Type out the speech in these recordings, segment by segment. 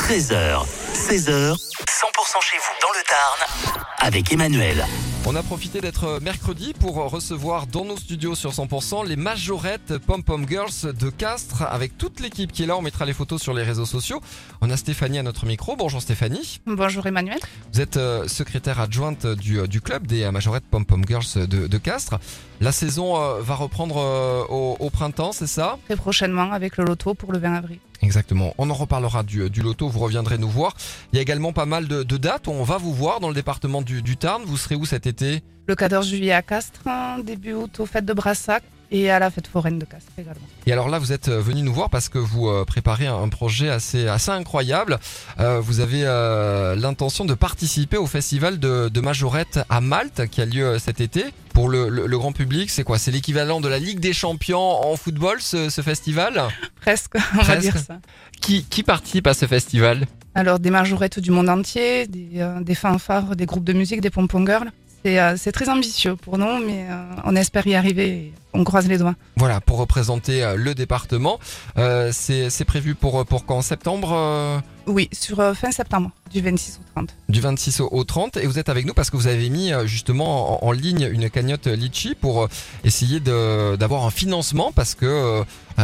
13h, 16h, 100% chez vous dans le Tarn, avec Emmanuel. On a profité d'être mercredi pour recevoir dans nos studios sur 100% les majorettes Pom Pom Girls de Castres avec toute l'équipe qui est là. On mettra les photos sur les réseaux sociaux. On a Stéphanie à notre micro. Bonjour Stéphanie. Bonjour Emmanuel. Vous êtes secrétaire adjointe du club des majorettes Pom Pom Girls de Castres. La saison va reprendre au printemps, c'est ça ? Très prochainement avec le loto pour le 20 avril. Exactement. On en reparlera du loto. Vous reviendrez nous voir. Il y a également pas mal de dates. On va vous voir dans le département du Tarn. Vous serez où cet été ? Le 14 juillet à Castres, début août aux fêtes de Brassac et à la fête foraine de Castres également. Et alors là, vous êtes venu nous voir parce que vous préparez un projet assez incroyable. Vous avez l'intention de participer au festival de majorettes à Malte qui a lieu cet été. Pour le grand public, c'est quoi ? C'est l'équivalent de la Ligue des Champions en football, ce festival ? Presque, on va dire ça. Qui participe à ce festival ? Alors des majorettes du monde entier, des fanfares, des groupes de musique, des pom-pom girls. C'est très ambitieux pour nous, mais on espère y arriver et on croise les doigts. Voilà, pour représenter le département. C'est prévu pour quand ? Septembre Oui, sur fin septembre, du 26 au 30. Du 26 au 30. Et vous êtes avec nous parce que vous avez mis justement en ligne une cagnotte Litchi pour essayer d'avoir un financement parce que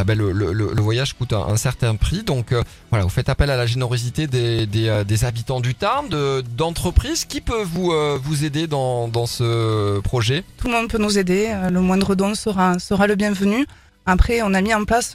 le voyage coûte un certain prix. Donc voilà, vous faites appel à la générosité des habitants du Tarn, d'entreprises. Qui peut vous aider dans ce projet ? Tout le monde peut nous aider. Le moindre don sera le bienvenu. Après, on a mis en place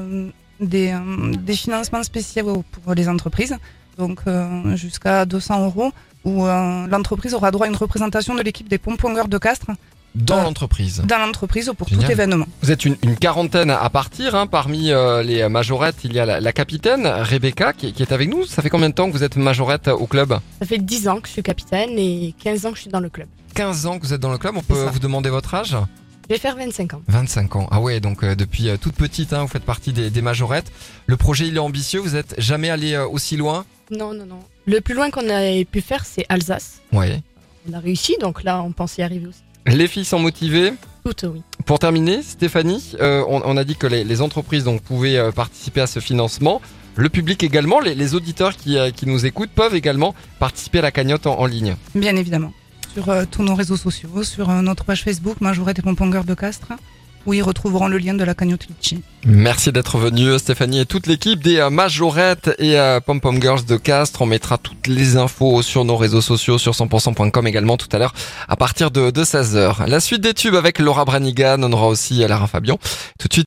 des financements spéciaux pour les entreprises. Donc jusqu'à 200 €, où l'entreprise aura droit à une représentation de l'équipe des Pom-Pom Girls de Castres. Dans l'entreprise. Dans l'entreprise pour Génial. tout événement. Vous êtes une quarantaine à partir. Parmi les majorettes, il y a la capitaine Rebecca qui est avec nous. Ça fait combien de temps que vous êtes majorette au club ? Ça fait 10 ans que je suis capitaine et 15 ans que je suis dans le club. 15 ans que vous êtes dans le club. On peut vous demander votre âge ? Je vais faire 25 ans. 25 ans. Ah ouais, donc depuis toute petite, vous faites partie des majorettes. Le projet, il est ambitieux. Vous êtes jamais allé aussi loin ? Non. Le plus loin qu'on ait pu faire, c'est Alsace. Ouais. On a réussi, donc là, on pense y arriver aussi. Les filles sont motivées ? Toutes, oui. Pour terminer, Stéphanie, on a dit que les entreprises donc pouvaient participer à ce financement. Le public également, les auditeurs qui nous écoutent peuvent également participer à la cagnotte en ligne. Bien évidemment. Sur tous nos réseaux sociaux, sur notre page Facebook, Majorettes et Pom-Pom Girls de Castres, où ils retrouveront le lien de la cagnotte Litchi. Merci d'être venu Stéphanie et toute l'équipe des majorettes et Pom Pom Girls de Castres. On mettra toutes les infos sur nos réseaux sociaux, sur 100%.com également tout à l'heure à partir de 16h. La suite des tubes avec Laura Branigan, on aura aussi Lara Fabian. Tout de suite.